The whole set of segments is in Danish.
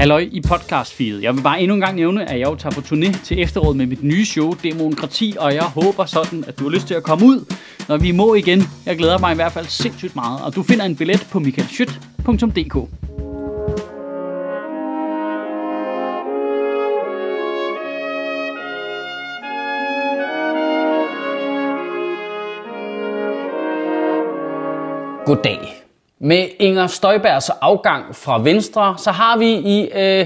Halløj i podcastfeedet. Jeg vil bare endnu en gang nævne, at jeg jo tager på turné til efteråret med mit nye show, Demokrati, og jeg håber sådan, at du har lyst til at komme ud, når vi må igen. Jeg glæder mig i hvert fald sindssygt meget, og du finder en billet på michaelschødt.dk. Goddag. Med Inger Støjbergs afgang fra Venstre, så har vi i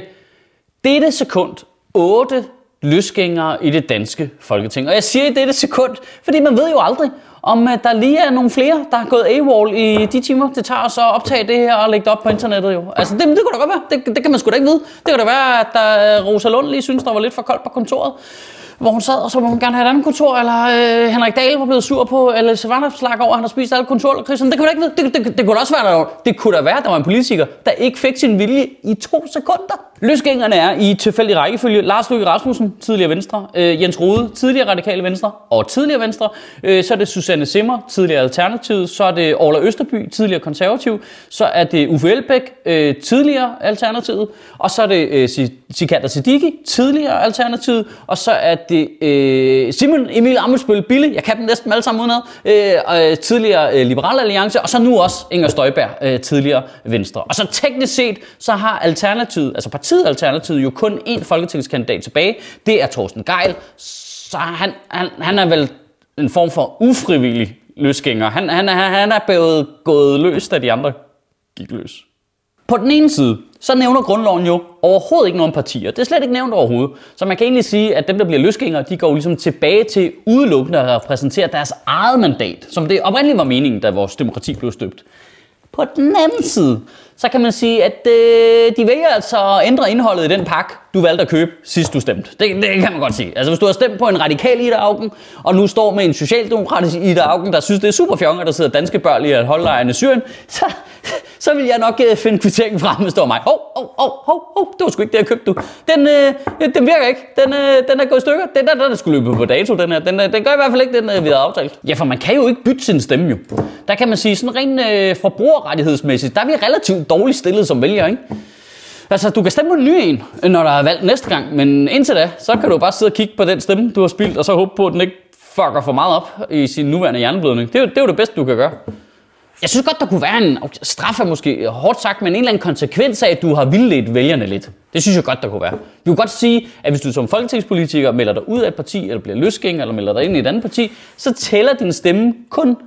dette sekund 8 løsgængere i det danske Folketing. Og jeg siger i dette sekund, fordi man ved jo aldrig, om der lige er nogle flere, der har gået AWOL i de timer, det tager os at optage det her og lægge det op på internettet jo. Altså det kunne da godt være, det kan man sgu da ikke vide. Det kan da være, at Rosa Lund lige synes, der var lidt for koldt på kontoret, hvor hun sad, og så må hun gerne have et andet kontor, eller Henrik Dahl var blevet sur på, eller Vanopslagh over, at han har spist alle kontorkrisen. Det kunne da ikke vide. Det kunne da også være, det kunne da være, der var en politiker, der ikke fik sin vilje i 2 sekunder. Løsgængerne er i tilfældig rækkefølge Lars Løkke Rasmussen, tidligere Venstre, Jens Rohde, tidligere Radikale Venstre og tidligere Venstre, så er det Susanne Zimmer, tidligere Alternativet, så er det Orla Østerby, tidligere Konservativ, så er det Uffe Elbæk, tidligere Alternativet, og så er det Sikandar Siddiqui, tidligere Alternativet, og så er det Simon Emil Ammitzbøll Bille, jeg kan dem næsten alle sammen udenad, tidligere Liberal Alliance, og så nu også Inger Støjberg, tidligere Venstre. Og så teknisk set, så har Alternativet, altså partiet Alternativet, jo kun én folketingskandidat tilbage, det er Torsten Gejl, så han er vel en form for ufrivillig løsgænger. Han er gået løs, da de andre gik løs. På den ene side, så nævner grundloven jo overhovedet ikke nogen partier. Det er slet ikke nævnt overhovedet. Så man kan egentlig sige, at dem, der bliver løsgængere, de går ligesom tilbage til udelukkende at repræsentere deres eget mandat, som det oprindeligt var meningen, da vores demokrati blev støbt. På den anden side, så kan man sige, at de vælger altså at ændre indholdet i den pakke, du valgte at købe, sidst du stemte. Det kan man godt sige. Altså hvis du har stemt på en radikal Ida Auken, og nu står med en socialdemokratisk Ida Auken, der synes, det er super fjong, at der sidder danske børn i at holde lejren i Syrien, så vil jeg nok finde kvitteringen frem, hvis det var mig. Det var sgu ikke det, jeg købte, du. Den virker ikke. Den er gået i stykker. Den skulle løbe på dato, den her. Den gør i hvert fald ikke den, vi havde aftalt. Ja, for man kan jo ikke bytte sin stemme, jo. Der kan man sige, sådan rent forbrugerrettighedsmæssigt, der er vi relativt dårligt stillet som vælger, ikke? Altså, du kan stemme på en ny en, når der er valgt næste gang, men indtil da, så kan du bare sidde og kigge på den stemme, du har spildt, og så håbe på, at den ikke fucker for meget op i sin nuværende hjerneblødning. Det er jo det bedste, du kan gøre. Jeg synes godt, der kunne være en straf, er måske hårdt sagt, men en eller anden konsekvens af, at du har vildledt vælgerne lidt. Det synes jeg godt, der kunne være. Du kan godt sige, at hvis du som folketingspolitiker melder dig ud af et parti, eller bliver løsgænger, eller melder dig ind i et andet parti, så tæller din stemme kun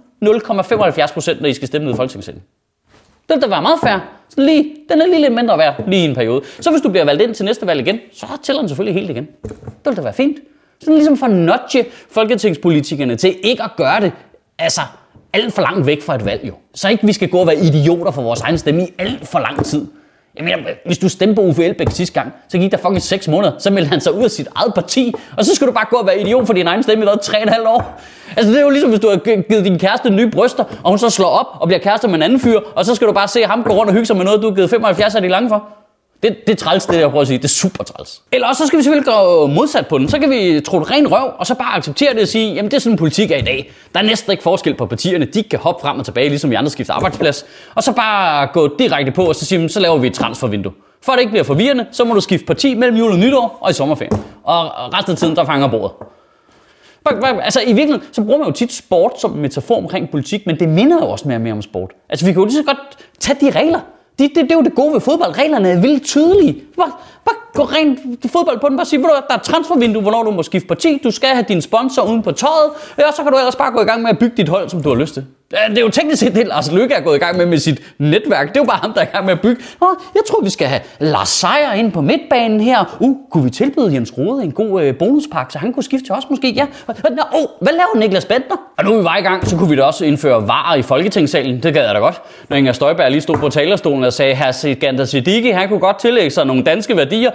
0,75%, når I skal stemme ned i Folketingssalen. Det vil da være meget fair. Den er lige lidt mindre værd lige i en periode. Så hvis du bliver valgt ind til næste valg igen, så tæller den selvfølgelig helt igen. Det vil da være fint. Sådan ligesom for at nudge folketingspolitikerne til ikke at gøre det, altså alt for langt væk fra et valg jo. Så ikke vi skal gå og være idioter for vores egen stemme i alt for lang tid. Jeg mener, hvis du stemte på Uffe Elbæk sidste gang, så gik der fucking 6 måneder, så meldte han sig ud af sit eget parti, og så skal du bare gå og være idiot for din egen stemme i 3,5 år. Altså det er jo ligesom, hvis du har givet din kæreste nye bryster, og hun så slår op og bliver kærester med en anden fyr, og så skal du bare se ham gå rundt og hygge sig med noget, du har givet 75 af de lange for. Det er træls, det jeg prøver at sige. Det er super træls. Eller også så skal vi selvfølgelig gå modsat på den. Så kan vi tro det ren røv, og så bare acceptere det og sige, jamen det er sådan en politik af i dag. Der er næsten ikke forskel på partierne. De kan hoppe frem og tilbage, ligesom vi andre skifter arbejdsplads. Og så bare gå direkte på, og så sige, så laver vi et transfervindue. For at det ikke bliver forvirrende, så må du skifte parti mellem jul og nytår og i sommerferien. Og resten af tiden, der fanger bordet. Altså i virkeligheden, så bruger man jo tit sport som metafor omkring politik, men det minder jo også mere og mere om sport. Altså vi kan jo lige så godt tage de regler. Det er jo det gode ved fodbold. Reglerne er vildt tydelige. Bare gå rent fodbold på den. Bare sige, der er et transfervindue, hvornår du må skifte parti. Du skal have din sponsor uden på tøjet. Og så kan du ellers bare gå i gang med at bygge dit hold, som du har lyst til. Det er jo teknisk set det, Lars Løkke er gået i gang med sit netværk. Det er jo bare ham, der er i gang med at bygge. Jeg tror, vi skal have Lars Seier ind på midtbanen her. Kunne vi tilbyde Jens Rohde en god bonuspakke, så han kunne skifte til os måske? Ja. Hvad laver Niklas Bentner? Og nu er vi bare i gang, så kunne vi da også indføre VAR i Folketingssalen. Det gad jeg da godt. Når Inger Støjberg lige stod på talerstolen og sagde, hr. Sikandar Siddiqui, han kunne godt tillægge sig nogle danske værdier.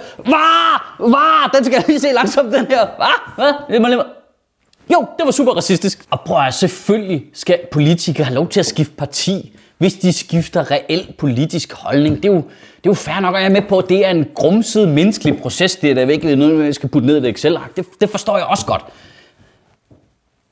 VAR! Den skal jeg lige se langsomt, den her. VAR! Jo, det var super racistisk. Og prøv at selvfølgelig skal politikere have lov til at skifte parti, hvis de skifter reelt politisk holdning. Det er jo fair nok, at jeg er med på, at det er en grumset menneskelig proces. Det er da virkelig noget, vi skal putte ned i et Excel-ark. Det forstår jeg også godt.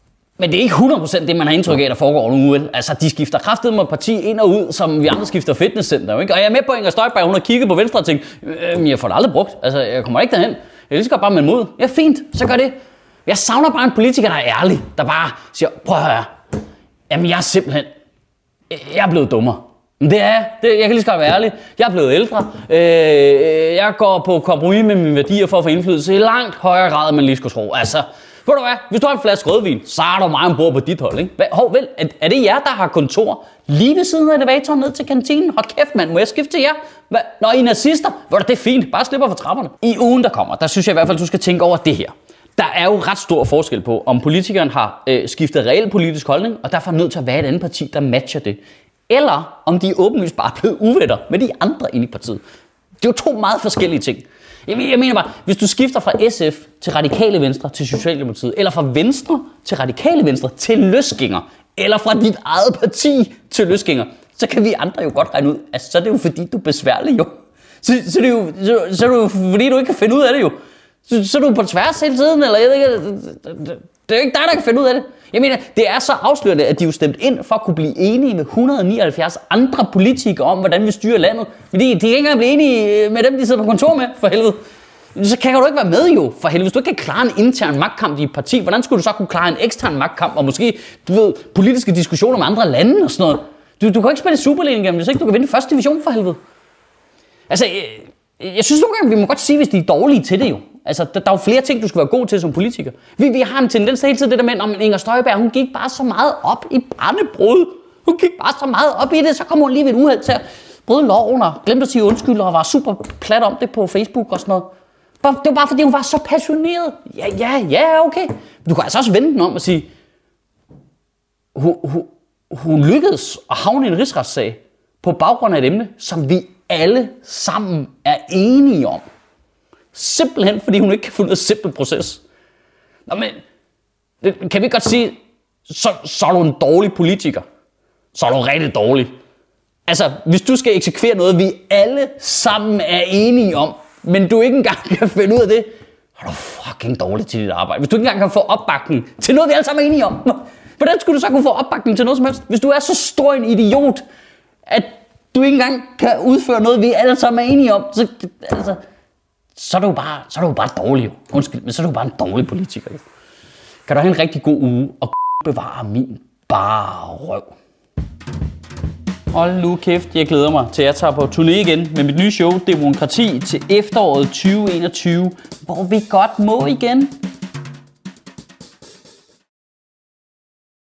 Men det er ikke 100% det, man har indtryk af, der foregår nu, vel? Altså, de skifter kraftigt med parti ind og ud, som vi andre skifter fitnesscenter, ikke? Og jeg er med på, at Inger Støjberg, hun har kigget på Venstre og tænkt, jeg får det aldrig brugt. Altså, jeg kommer ikke derhen. Jeg lige skal bare med mod. Ja, fint, så gør det. Jeg savner bare en politiker, der er ærlig, der bare siger, prøv at høre. Jamen, jeg er blevet dummere. Men det er jeg. Jeg kan lige så godt være ærlig. Jeg er blevet ældre. Jeg går på kompromis med mine værdier for at få indflydelse i langt højere grad, end man lige skulle tro. Altså, ved du hvad? Hvis du har en flaske rødvin, så er der meget ombord på dit hold, ikke? Vel, er det jer, der har kontor lige ved siden af elevatoren ned til kantinen? Hold kæft, mand, må jeg skifte til jer? Når I er nazister, det er fint. Bare slipper for trapperne. I ugen, der kommer, der synes jeg i hvert fald, du skal tænke over det her. Der er jo ret stor forskel på, om politikeren har skiftet reel politisk holdning, og derfor er nødt til at være et andet parti, der matcher det. Eller om de er åbenlyst bare blevet uvenner med de andre inde i partiet. Det er jo to meget forskellige ting. Jeg mener bare, hvis du skifter fra SF til Radikale Venstre til Socialdemokratiet, eller fra Venstre til Radikale Venstre til løsgænger, eller fra dit eget parti til løsgænger, så kan vi andre jo godt regne ud, altså så er det jo fordi, du er besværlig jo. Så er det jo fordi, du ikke kan finde ud af det jo. Så er du på tværs hele tiden, eller jeg ved ikke, det er jo ikke dig, der kan finde ud af det. Jeg mener, det er så afslørende, at de jo stemt ind for at kunne blive enige med 179 andre politikere om, hvordan vi styrer landet. Fordi de kan ikke engang blive enige med dem, de sidder på kontor med, for helvede. Så kan du ikke være med jo, for helvede. Hvis du ikke kan klare en intern magtkamp i et parti, hvordan skulle du så kunne klare en ekstern magtkamp, og måske, politiske diskussioner med andre lande og sådan noget. Du kan ikke spille Superligaen igennem, hvis ikke du kan vinde første division, for helvede. Altså, jeg synes nogle gange, vi må godt sige, hvis de er dårlige til det jo. Altså, der er jo flere ting, du skal være god til som politiker. Vi har en tendens hele tiden det der med, om Inger Støjberg, hun gik bare så meget op i brændebrud. Hun gik bare så meget op i det, så kom hun lige ved et uheld til at bryde loven og glemte at sige undskyld og var super plat om det på Facebook og sådan noget. Det var bare fordi, hun var så passioneret. Ja, okay. Du kan altså også vende den om og sige, hun lykkedes at havne i en rigsretssag på baggrund af et emne, som vi alle sammen er enige om. Simpelthen, fordi hun ikke kan finde en simpel proces. Nå, men kan vi godt sige, så er du en dårlig politiker. Så er du rigtig dårlig. Altså, hvis du skal eksekvere noget, vi alle sammen er enige om, men du ikke engang kan finde ud af det, så er du fucking dårlig til dit arbejde. Hvis du ikke engang kan få opbakning til noget, vi alle sammen er enige om, hvordan skulle du så kunne få opbakning til noget som helst? Hvis du er så stor en idiot, at du ikke engang kan udføre noget, vi alle sammen er enige om, så er du bare dårlig. Undskyld, men så er du bare en dårlig politiker. Kan du have en rigtig god uge og bevare min bare røv. Hold nu kæft, jeg glæder mig til at tage på turné igen med mit nye show Demokrati til efteråret 2021, hvor vi godt må igen.